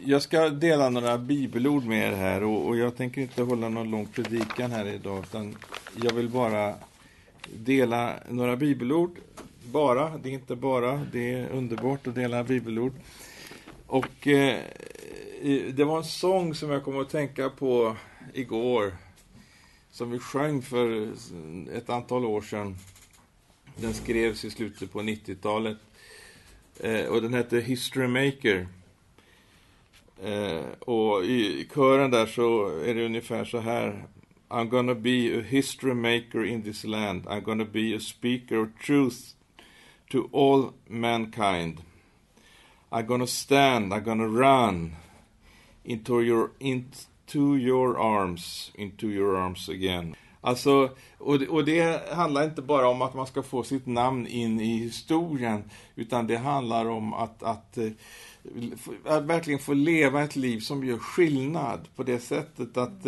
Jag ska dela några bibelord med er här och jag tänker inte hålla någon lång predikan här idag, utan jag vill bara dela några bibelord. Det är inte bara, det är underbart att dela bibelord. Och det var en sång som jag kom att tänka på igår, som vi sjöng för ett antal år sedan. Den skrevs i slutet på 90-talet och den heter History Maker. Och i kören där så är det ungefär så här: I'm gonna be a history maker in this land. I'm gonna be a speaker of truth to all mankind. I'm gonna stand, I'm gonna run into your arms again. Alltså, och det handlar inte bara om att man ska få sitt namn in i historien, utan det handlar om att verkligen få leva ett liv som gör skillnad på det sättet att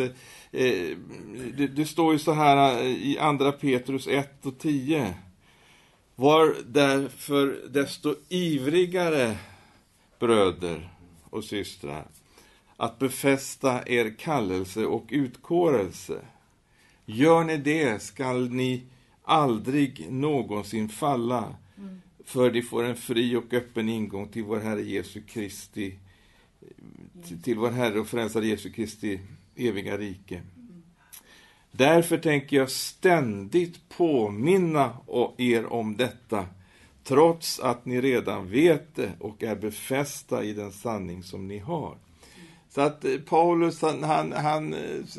det står ju så här i andra Petrus 1:10: var därför desto ivrigare, bröder och systrar, att befästa er kallelse och utkårelse. Gör ni det skall ni aldrig någonsin falla, för de får en fri och öppen ingång till vår Herre Jesu Kristi, till vår Herre och frälsare Jesu Kristi eviga rike. Därför tänker jag ständigt påminna er om detta, trots att ni redan vet det och är befästa i den sanning som ni har. Så att Paulus han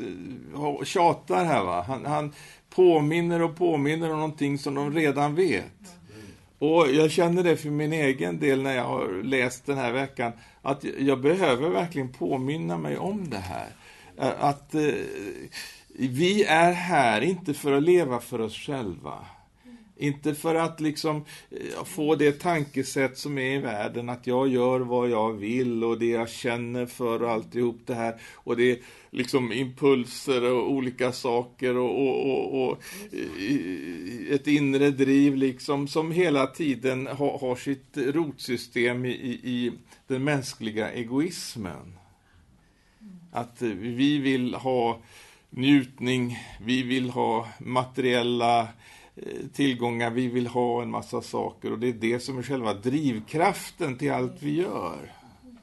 tjatar här, va? Han påminner om någonting som de redan vet. Och jag känner det för min egen del när jag har läst den här veckan, att jag behöver verkligen påminna mig om det här. Att vi är här inte för att leva för oss själva. Inte för att liksom få det tankesätt som är i världen, att jag gör vad jag vill och det jag känner för och alltihop det här. Och det är liksom impulser och olika saker och ett inre driv liksom, som hela tiden har sitt rotsystem i den mänskliga egoismen. Att vi vill ha njutning, vi vill ha materiella tillgångar, vi vill ha en massa saker, och det är det som är själva drivkraften till allt vi gör.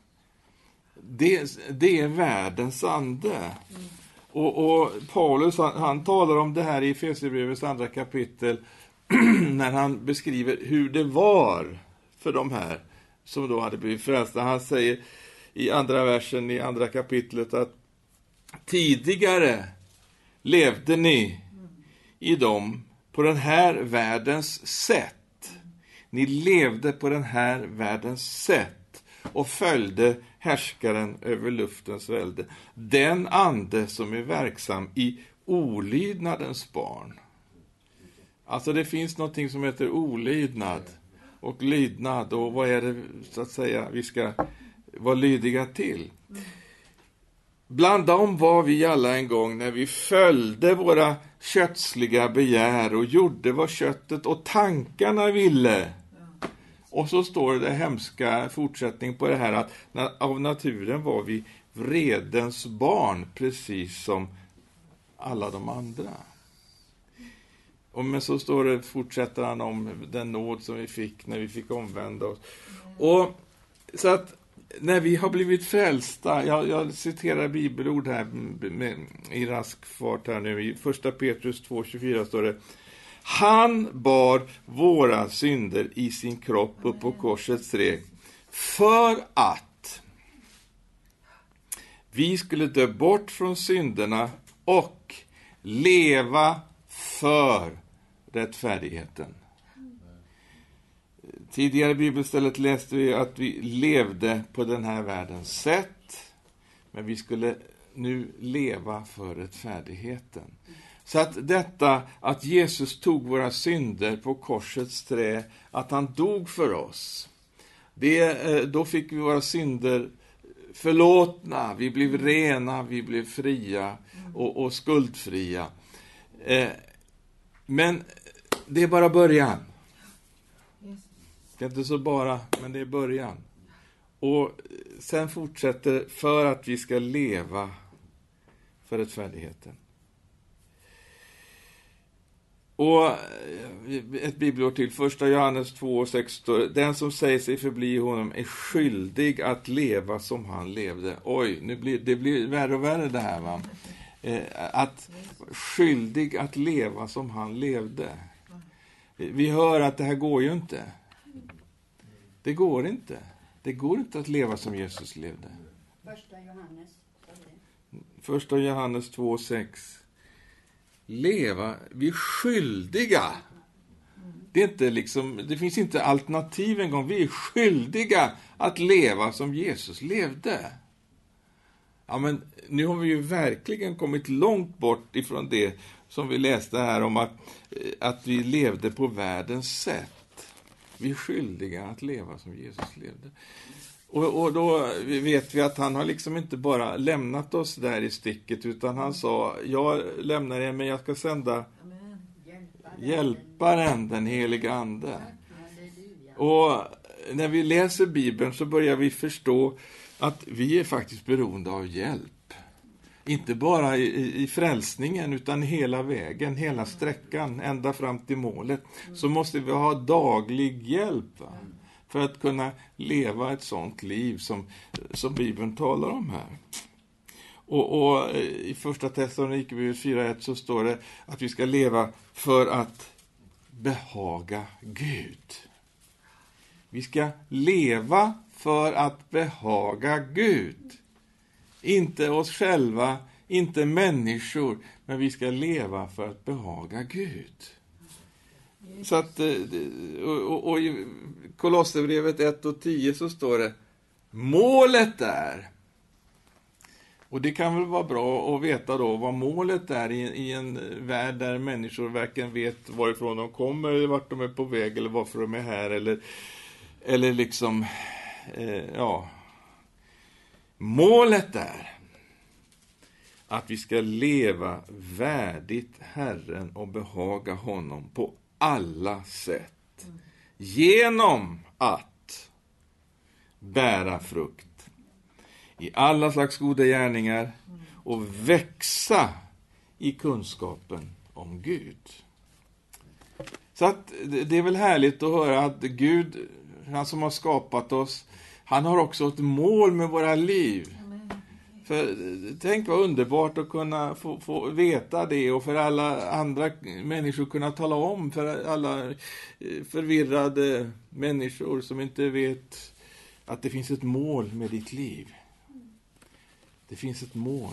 Det är världens ande. Och Paulus han talar om det här i Efesierbrevets 2 kapitel när han beskriver hur det var för de här som då hade blivit frälsta. Han säger i andra versen i 2 kapitlet att tidigare levde ni i dem på den här världens sätt. Ni levde på den här världens sätt och följde härskaren över luftens välde, den ande som är verksam i olydnadens barn. Alltså det finns någonting som heter olydnad och lydnad, och vad är det så att säga vi ska vara lydiga till? Bland dem var vi alla en gång när vi följde våra kötsliga begär och gjorde vad köttet och tankarna ville. Och så står det hemska fortsättning på det här, att av naturen var vi vredens barn, precis som alla de andra. Men så står det, fortsätter han om den nåd som vi fick när vi fick omvända oss. Och så att när vi har blivit frälsta, jag citerar bibelord här i rask fart här nu, i 1 Petrus 2:24 står det: han bar våra synder i sin kropp upp på korsets träd, för att vi skulle dö bort från synderna och leva för rättfärdigheten. Tidigare i bibelstället läste vi att vi levde på den här världens sätt, men vi skulle nu leva för rättfärdigheten. Så att detta att Jesus tog våra synder på korsets trä, att han dog för oss, då fick vi våra synder förlåtna, vi blev rena, vi blev fria och skuldfria. Men det är bara början. Det är inte så bara, men det är början. Och sen fortsätter för att vi ska leva för rättfärdigheten. Och ett bibelord till, 1 Johannes 2:6 står: den som säger sig förbli honom är skyldig att leva som han levde. Oj, det blir värre och värre det här, va? Att skyldig att leva som han levde. Vi hör att det här går ju inte. Det går inte. Det går inte att leva som Jesus levde. 1 Johannes 2:6. Leva, vi är skyldiga. Det är inte liksom, det finns inte alternativ en gång. Vi är skyldiga att leva som Jesus levde. Ja, men nu har vi ju verkligen kommit långt bort ifrån det som vi läste här om att vi levde på världens sätt. Vi är skyldiga att leva som Jesus levde. Och då vet vi att han har liksom inte bara lämnat oss där i sticket, utan han sa: jag lämnar er, men jag ska sända hjälparen, den heliga ande. Och när vi läser Bibeln så börjar vi förstå att vi är faktiskt beroende av hjälp. Inte bara i frälsningen, utan hela vägen, hela sträckan, ända fram till målet. Så måste vi ha daglig hjälp, va? För att kunna leva ett sånt liv som Bibeln talar om här. Och i första Thessalonikerbrevet 4:1 så står det att vi ska leva för att behaga Gud. Vi ska leva för att behaga Gud. Inte oss själva, inte människor, men vi ska leva för att behaga Gud. Så att, och i Kolosserbrevet 1:10 så står det: målet är. Och det kan väl vara bra att veta då vad målet är i en värld där människor verkligen vet varifrån de kommer, eller vart de är på väg, eller varför de är här, eller liksom, ja. Målet är att vi ska leva värdigt Herren och behaga honom på alla sätt. Genom att bära frukt i alla slags goda gärningar och växa i kunskapen om Gud. Så att det är väl härligt att höra att Gud, han som har skapat oss, han har också ett mål med våra liv. För tänk vad underbart att kunna få veta det, och för alla andra människor kunna tala om, för alla förvirrade människor som inte vet att det finns ett mål med ditt liv. Det finns ett mål.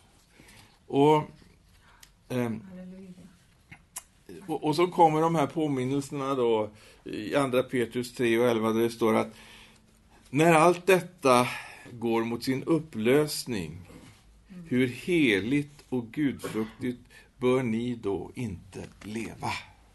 Och så kommer de här påminnelserna då i andra Petrus 3:11, där det står att när allt detta går mot sin upplösning, hur heligt och gudfruktigt bör ni då inte leva?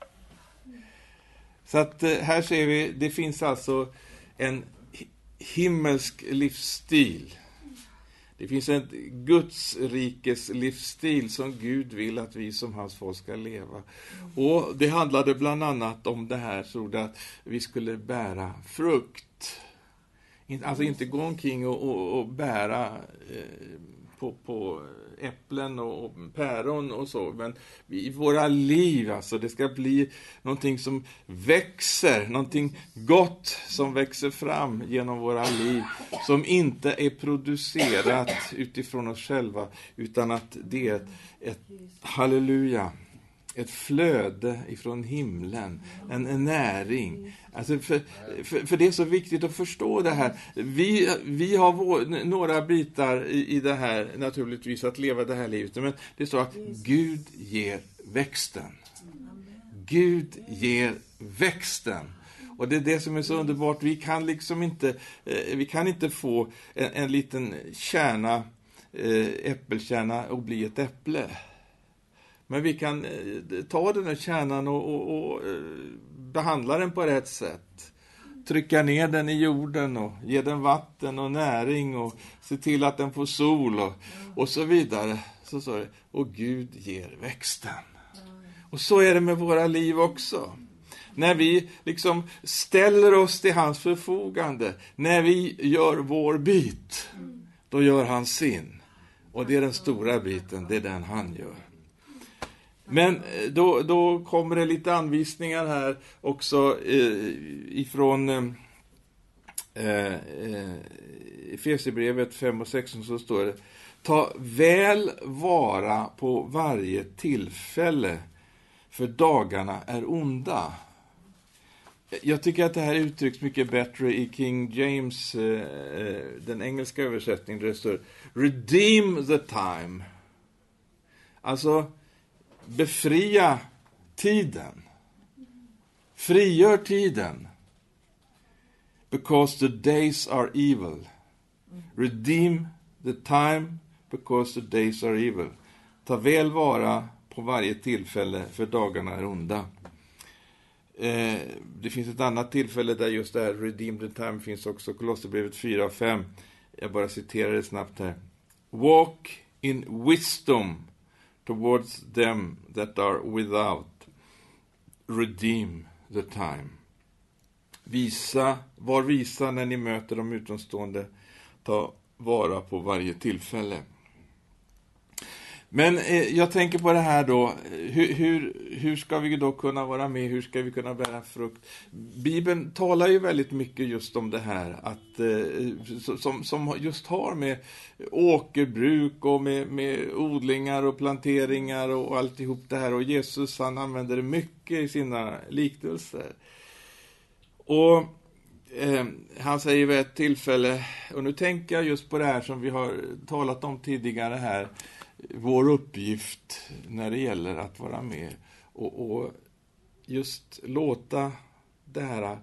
Så att här ser vi, det finns alltså en himmelsk livsstil. Det finns en Guds rikes livsstil som Gud vill att vi som hans folk ska leva. Och det handlade bland annat om det här, så att vi skulle bära frukt. Alltså inte gå omkring och bära på äpplen och päron och så, men i våra liv, alltså det ska bli någonting som växer, någonting gott som växer fram genom våra liv, som inte är producerat utifrån oss själva, utan att det är ett halleluja, ett flöde ifrån himlen, en näring. Alltså för det är så viktigt att förstå det här. Vi har några bitar i det här, naturligtvis, att leva det här livet. Men det står att Gud ger växten. Gud ger växten. Och det är det som är så underbart. Vi kan liksom inte få en liten kärna, äppelkärna, och bli ett äpple. Men vi kan ta den här kärnan och behandla den på rätt sätt. Trycka ner den i jorden och ge den vatten och näring och se till att den får sol och så vidare. Så står det, och Gud ger växten. Och så är det med våra liv också. när vi liksom ställer oss till hans förfogande, när vi gör vår bit, då gör han sin. Och det är den stora biten, det är den han gör. Men då kommer det lite anvisningar här också ifrån Efesierbrevet 5 och 16, så står det: ta väl vara på varje tillfälle, för dagarna är onda. Jag tycker att det här uttrycks mycket bättre i King James, den engelska översättningen, där det står redeem the time. Alltså befria tiden. Frigör tiden. Because the days are evil. Redeem the time because the days are evil. Ta väl vara på varje tillfälle, för dagarna är onda. Det finns ett annat tillfälle där just det här redeem the time finns också, Kolosserbrevet 4 och 5. Jag bara citerar det snabbt här. Walk in wisdom towards them that are without. Redeem the time. Var visa när ni möter de utomstående. Ta vara på varje tillfälle. Men jag tänker på det här då. Hur ska vi då kunna vara med? Hur ska vi kunna bära frukt? Bibeln talar ju väldigt mycket just om det här. Som just har med åkerbruk och med odlingar och planteringar och alltihop det här. Och Jesus, han använder det mycket i sina liknelser. Och han säger vid ett tillfälle, och nu tänker jag just på det här som vi har talat om tidigare här, vår uppgift när det gäller att vara med och just låta det här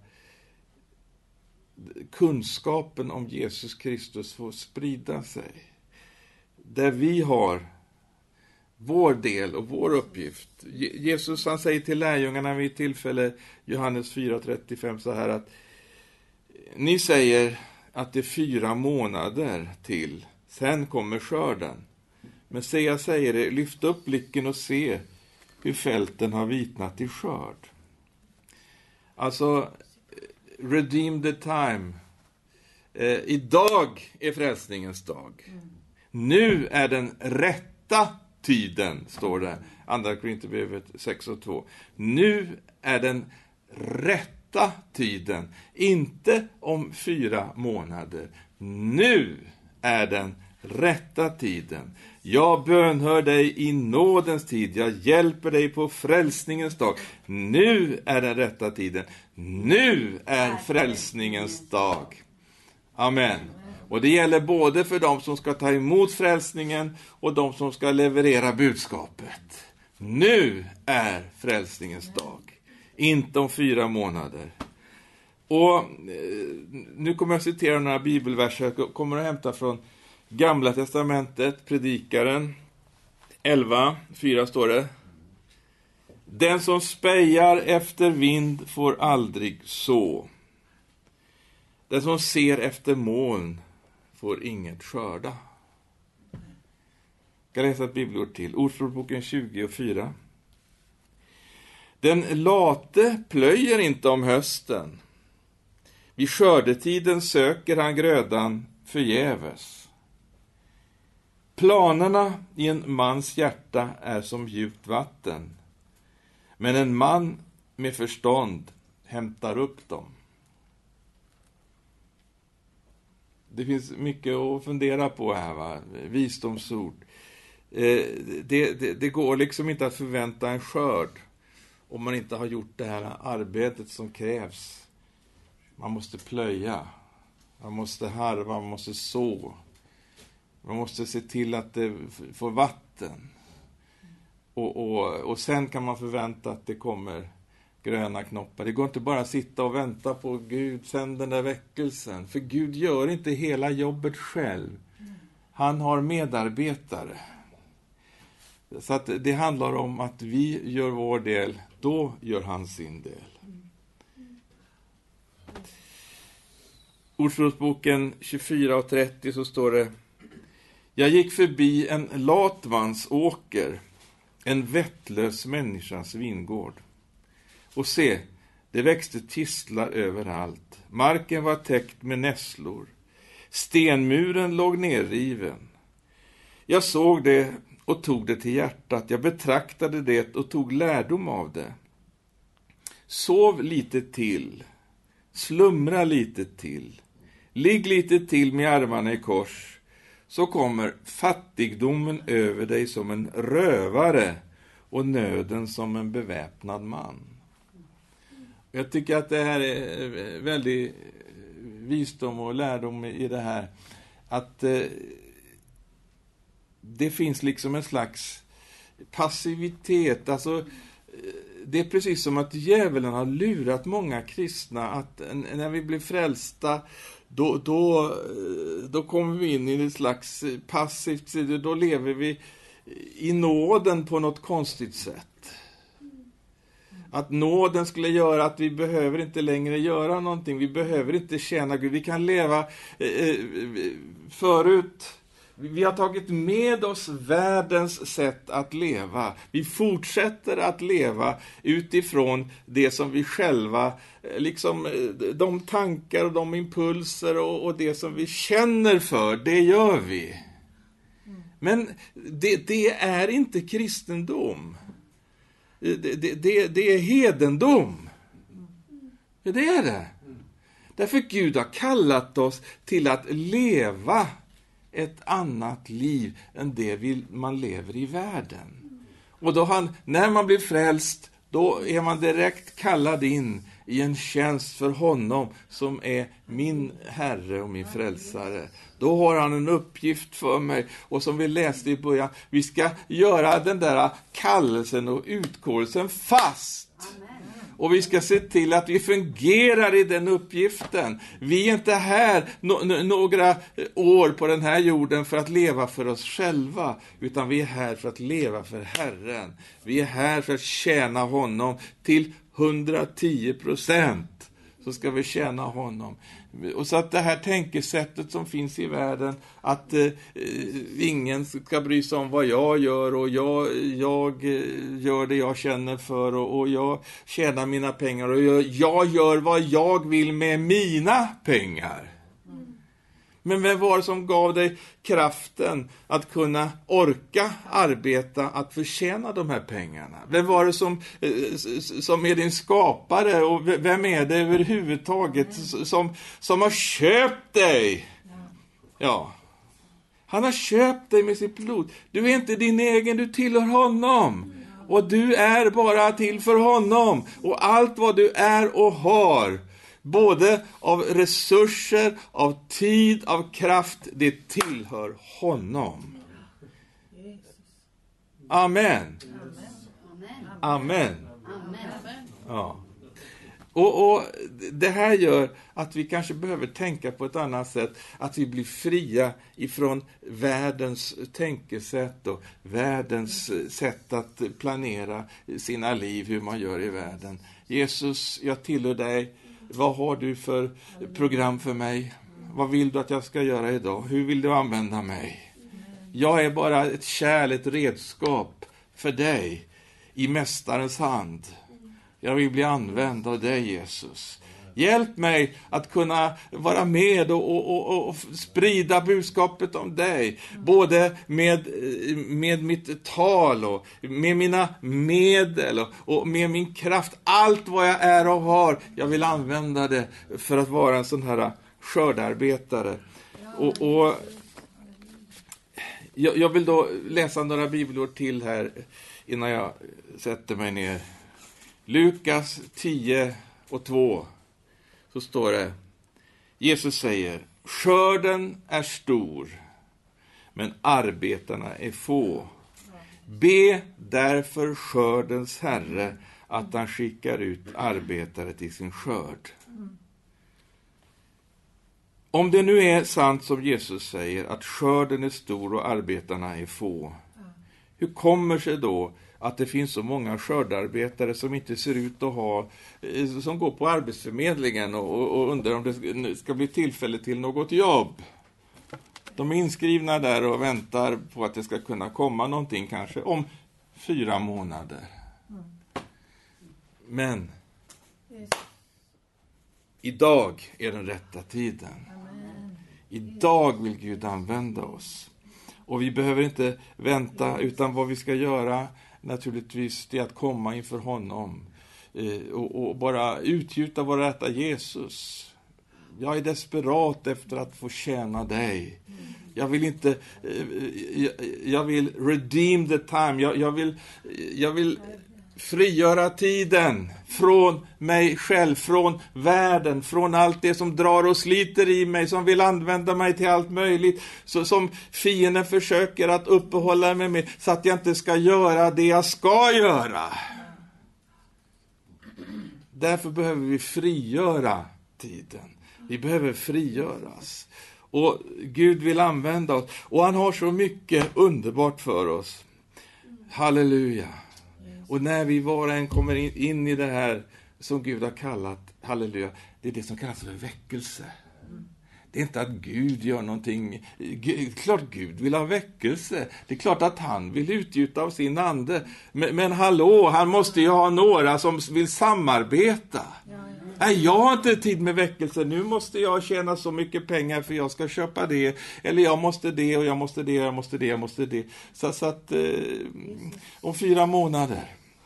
kunskapen om Jesus Kristus få sprida sig. Där vi har vår del och vår uppgift. Jesus, han säger till lärjungarna vid tillfälle, Johannes 4:35, så här att ni säger att det är 4 månader till, sen kommer skörden. Men jag säger det, lyft upp blicken och se hur fälten har vitnat i skörd. Alltså, redeem the time. Idag är frälsningens dag. Nu är den rätta tiden, står det. Andra Korinthierbrevet 6 och 2. Nu är den rätta tiden. Inte om 4 månader. Nu är den rätta tiden. Jag bönhör dig i nådens tid. Jag hjälper dig på frälsningens dag. Nu är den rätta tiden. Nu är frälsningens dag. Amen. Och det gäller både för de som ska ta emot frälsningen och de som ska leverera budskapet. Nu är frälsningens dag. Inte om 4 månader. Och nu kommer jag citera några bibelverser. Jag kommer att hämta från Gamla testamentet, Predikaren 11:4 står det: den som spejar efter vind får aldrig så. Den som ser efter moln får inget skörda. Jag ska läsa ett bibelord till. Ordspråksboken 20:4. Den late plöjer inte om hösten. Vid skördetiden söker han grödan förgäves. Planerna i en mans hjärta är som djupt vatten, men en man med förstånd hämtar upp dem. Det finns mycket att fundera på här, va? Visdomsord. Det går liksom inte att förvänta en skörd om man inte har gjort det här arbetet som krävs. Man måste plöja, man måste harva, man måste så. Man måste se till att det får vatten. Och sen kan man förvänta att det kommer gröna knoppar. Det går inte bara att sitta och vänta på Gud, sen den där väckelsen. För Gud gör inte hela jobbet själv. Han har medarbetare. Så att det handlar om att vi gör vår del, då gör han sin del. Ordspråksboken 24:30 så står det: jag gick förbi en latvans åker, en vettlös människas vingård. Och se, Det växte tistlar överallt. Marken var täckt med nässlor. Stenmuren låg nerriven. Jag såg det och tog det till hjärtat. Jag betraktade det och tog lärdom av det. Sov lite till. Slumra lite till. Ligg lite till med armarna i kors. Så kommer fattigdomen över dig som en rövare och nöden som en beväpnad man. Jag tycker att det här är väldigt visdom och lärdom i det här. Att det finns liksom en slags passivitet. Alltså, det är precis som att djävulen har lurat många kristna. Att när vi blir frälsta, då kommer vi in i ett slags passivt. Då lever vi i nåden på något konstigt sätt. Att nåden skulle göra att vi behöver inte längre göra någonting. Vi behöver inte tjäna Gud. Vi kan leva förut. Vi har tagit med oss världens sätt att leva. Vi fortsätter att leva utifrån det som vi själva, liksom de tankar och de impulser och det som vi känner för, det gör vi. Men det är inte kristendom. Det är hedendom. Det är det. Därför Gud har kallat oss till att leva ett annat liv än det man lever i världen. Och då när man blir frälst, då är man direkt kallad in i en tjänst för honom som är min Herre och min frälsare. Då har han en uppgift för mig. Och som vi läste i början, vi ska göra den där kallelsen och utkårelsen fast. Och vi ska se till att vi fungerar i den uppgiften. Vi är inte här några år på den här jorden för att leva för oss själva. Utan vi är här för att leva för Herren. Vi är här för att tjäna honom till 110%. Så ska vi tjäna honom. Och så att det här tänkesättet som finns i världen, att ingen ska bry sig om vad jag gör och jag gör det jag känner för och jag tjänar mina pengar och jag gör vad jag vill med mina pengar. Men vem var det som gav dig kraften att kunna orka arbeta, att förtjäna de här pengarna? Vem var det som är din skapare? Och vem är det överhuvudtaget som har köpt dig? Ja, han har köpt dig med sitt blod. Du är inte din egen, du tillhör honom. Och du är bara till för honom. Och allt vad du är och har, både av resurser, av tid, av kraft, det tillhör honom. Amen. Amen. Ja. Och det här gör att vi kanske behöver tänka på ett annat sätt. Att vi blir fria ifrån världens tänkesätt och världens sätt att planera sina liv, hur man gör i världen. Jesus, jag tillhör dig. Vad har du för program för mig? Vad vill du att jag ska göra idag? Hur vill du använda mig? Jag är bara ett kärligt redskap för dig i mästarens hand. Jag vill bli använd av dig, Jesus. Hjälp mig att kunna vara med och sprida budskapet om dig. Både med mitt tal och med mina medel och med min kraft. Allt vad jag är och har. Jag vill använda det för att vara en sån här skördarbetare. Och jag vill då läsa några bibelord till här innan jag sätter mig ner. Lukas 10:2. Så står det, Jesus säger, skörden är stor, men arbetarna är få. Be därför skördens Herre att han skickar ut arbetare till sin skörd. Om det nu är sant som Jesus säger, att skörden är stor och arbetarna är få, hur kommer sig då att det finns så många skördarbetare som inte ser ut att ha, som går på arbetsförmedlingen och undrar om det ska bli tillfälle till något jobb? De är inskrivna där och väntar på att det ska kunna komma någonting kanske om 4 månader. Men Idag är den rätta tiden. Idag vill Gud använda oss. Och vi behöver inte vänta, utan vad vi ska göra naturligtvis det är att komma inför honom. Och bara utgjuta vår rätta Jesus. Jag är desperat efter att få tjäna dig. Jag vill redeem the time. Jag vill frigöra tiden från mig själv, från världen, från allt det som drar och sliter i mig, som vill använda mig till allt möjligt, som fienden försöker att uppehålla mig med, så att jag inte ska göra det jag ska göra. Därför behöver vi frigöra tiden. Vi behöver frigöras. Och Gud vill använda oss. Och han har så mycket underbart för oss. Halleluja. Och när vi var och en kommer in i det här som Gud har kallat, halleluja, det är det som kallas för väckelse. Det är inte att Gud gör någonting. Klart Gud vill ha väckelse. Det är klart att han vill utgjuta av sin ande. Men hallå, han måste ju ha några som vill samarbeta. Nej, jag har inte tid med väckelse. Nu måste jag tjäna så mycket pengar för jag ska köpa det. Eller jag måste det och jag måste det och jag måste det och jag måste det. Så att om 4 månader.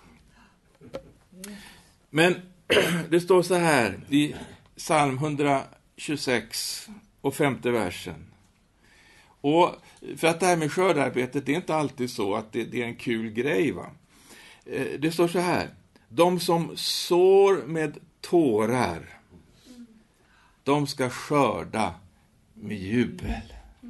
Men det står så här i psalm 126 och 5:e versen. Och för att det här med skördarbetet, det är inte alltid så att det är en kul grej, va? Det står så här: de som sår med tårar, de ska skörda med jubel.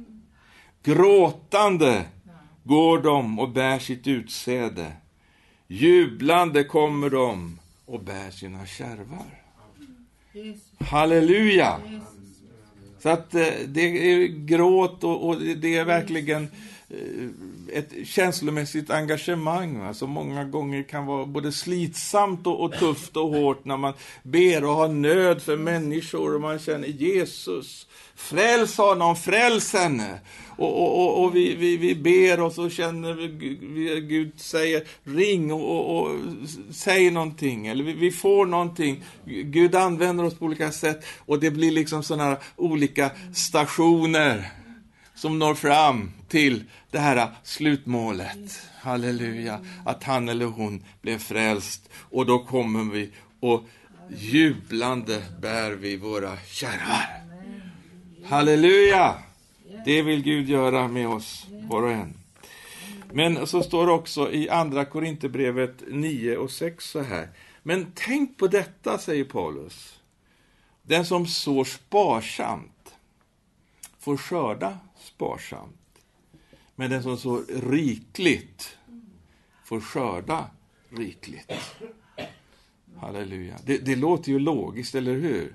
Gråtande går de och bär sitt utsäde. Jublande kommer de och bär sina kärvar. Halleluja! Så att det är gråt och det är verkligen ett känslomässigt engagemang, va, som många gånger kan vara både slitsamt och tufft och hårt när man ber och har nöd för människor och man känner Jesus, fräls honom, fräls henne. Och vi ber och så känner vi Gud säger ring och säg någonting, eller vi får någonting. Gud använder oss på olika sätt och det blir liksom sådana här olika stationer som når fram till det här slutmålet. Halleluja, att han eller hon blev frälst, och då kommer vi och jublande bär vi våra kärvar. Halleluja! Det vill Gud göra med oss var och en. Men så står det också i andra Korinthierbrevet 9 och 6 så här: men tänk på detta, säger Paulus. Den som sår sparsamt får skörda sparsamt. Men den som sår rikligt får skörda rikligt. Halleluja. Det låter ju logiskt, eller hur?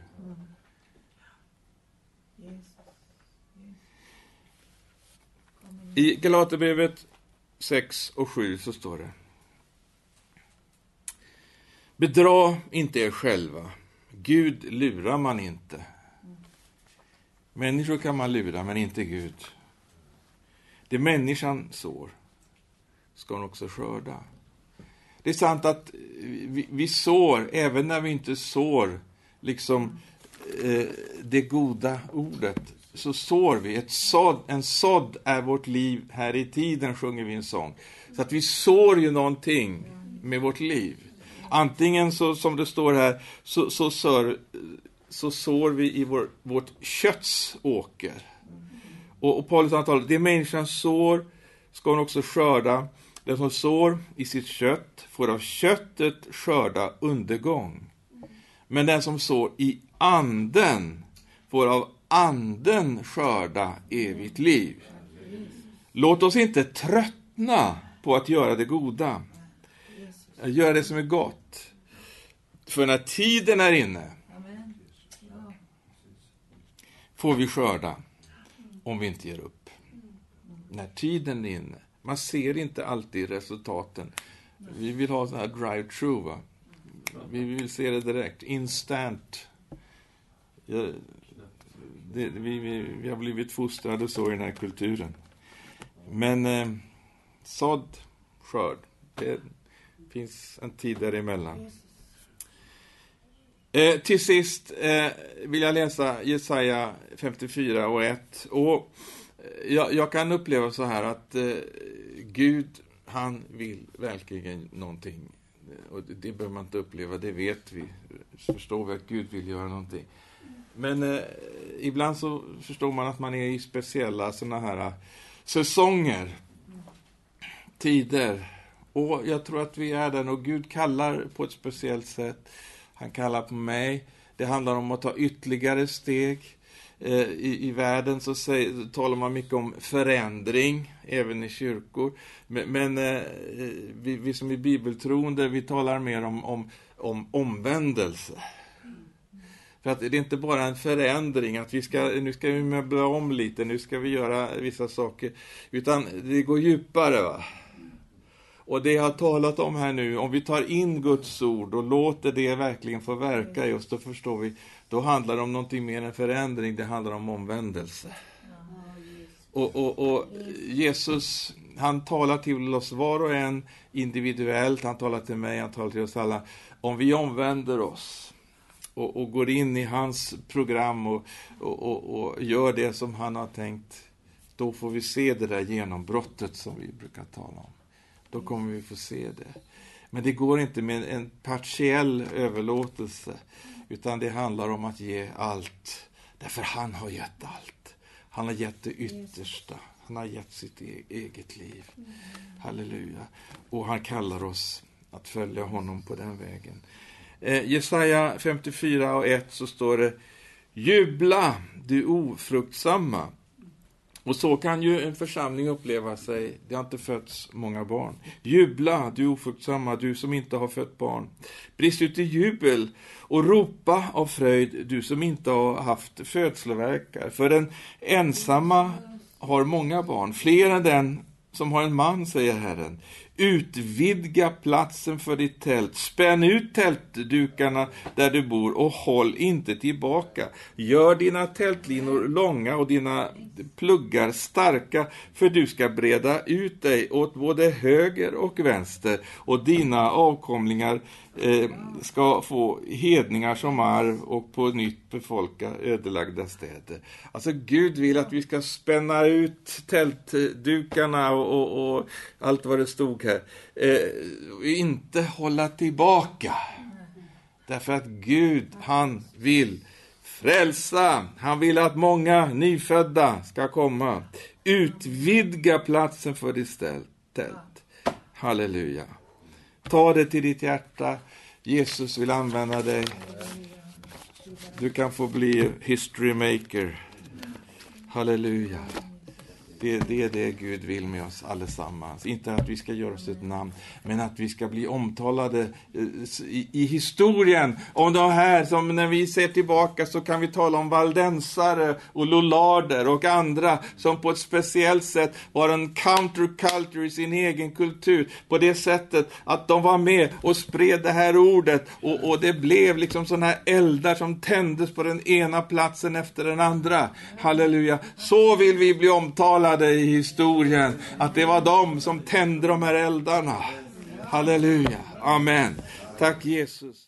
I Galaterbrevet 6 och 7 så står det: bedra inte er själva. Gud lurar man inte. Människor kan man lura, men inte Gud. Det människan sår ska hon också skörda. Det är sant att vi sår, även när vi inte sår liksom det goda ordet, så sår vi. En sådd är vårt liv här i tiden, sjunger vi en sång. Så att vi sår ju någonting med vårt liv. Antingen så, som det står här, så sår vi i vårt kötts åker. Och Paulus antal, det människan sår ska hon också skörda. Den som sår i sitt kött får av köttet skörda undergång. Men den som sår i anden får av anden skörda evigt liv. Låt oss inte tröttna på att göra det goda. Att göra det som är gott. För när tiden är inne får vi skörda om vi inte ger upp. När tiden är inne. Man ser inte alltid resultaten. Vi vill ha sån här drive-through, va? Vi vill se det direkt. Instant. Vi har blivit fostrade så i den här kulturen. Men sådd, skörd. Det finns en tid däremellan. Till sist vill jag läsa Jesaja 54 och 1. Och jag kan uppleva så här att Gud, han vill verkligen någonting. Och det behöver man inte uppleva, det vet vi. Förstår vi att Gud vill göra någonting. Men ibland så förstår man att man är i speciella såna här säsonger, tider. Och jag tror att vi är där och Gud kallar på ett speciellt sätt. Han kallar på mig. Det handlar om att ta ytterligare steg. I världen så talar man mycket om förändring, även i kyrkor. Men vi som är bibeltroende, vi talar mer om omvändelse. För att det är inte bara en förändring, att nu ska vi möbla om lite, nu ska vi göra vissa saker. Utan det går djupare, va? Och det jag har talat om här nu, om vi tar in Guds ord och låter det verkligen få verka i oss, då förstår vi, då handlar det om någonting mer än förändring, det handlar om omvändelse. Och Jesus, han talar till oss var och en individuellt, han talar till mig, han talar till oss alla. Om vi omvänder oss och går in i hans program och gör det som han har tänkt, då får vi se det där genombrottet som vi brukar tala om. Då kommer vi få se det. Men det går inte med en partiell överlåtelse, utan det handlar om att ge allt. Därför han har gett allt. Han har gett det yttersta. Han har gett sitt eget liv. Halleluja. Och han kallar oss att följa honom på den vägen. Jesaja 54 och 1 så står det: jubla, du ofruktsamma. Och så kan ju en församling uppleva sig. Det har inte fötts många barn. Jubla, du ofruktsamma, du som inte har fött barn. Brist ut i jubel och ropa av fröjd, du som inte har haft födslovärkar. För den ensamma har många barn, fler än den som har en man, säger Herren. Utvidga platsen för ditt tält. Spänn ut tältdukarna där du bor och håll inte tillbaka. Gör dina tältlinor långa och dina pluggar starka, för du ska breda ut dig åt både höger och vänster, och dina avkomlingar ska få hedningar som arv och på nytt befolka ödelagda städer. Alltså Gud vill att vi ska spänna ut tältdukarna och allt vad det stod här. Inte hålla tillbaka. Därför att Gud, han vill frälsa. Han vill att många nyfödda ska komma. Utvidga platsen för ditt tält. Halleluja. Ta det till ditt hjärta. Jesus vill använda dig. Du kan få bli history maker. Halleluja. Det är det Gud vill med oss allesammans. Inte att vi ska göra oss ett namn, men att vi ska bli omtalade i historien. Om de här, som när vi ser tillbaka så kan vi tala om valdensare och lollarder och andra som på ett speciellt sätt var en counterculture i sin egen kultur. På det sättet att de var med och spred det här ordet, och det blev liksom sådana här eldar som tändes på den ena platsen efter den andra. Halleluja. Så vill vi bli omtalade i historien, att det var de som tände de här eldarna. Halleluja. Amen. Tack Jesus.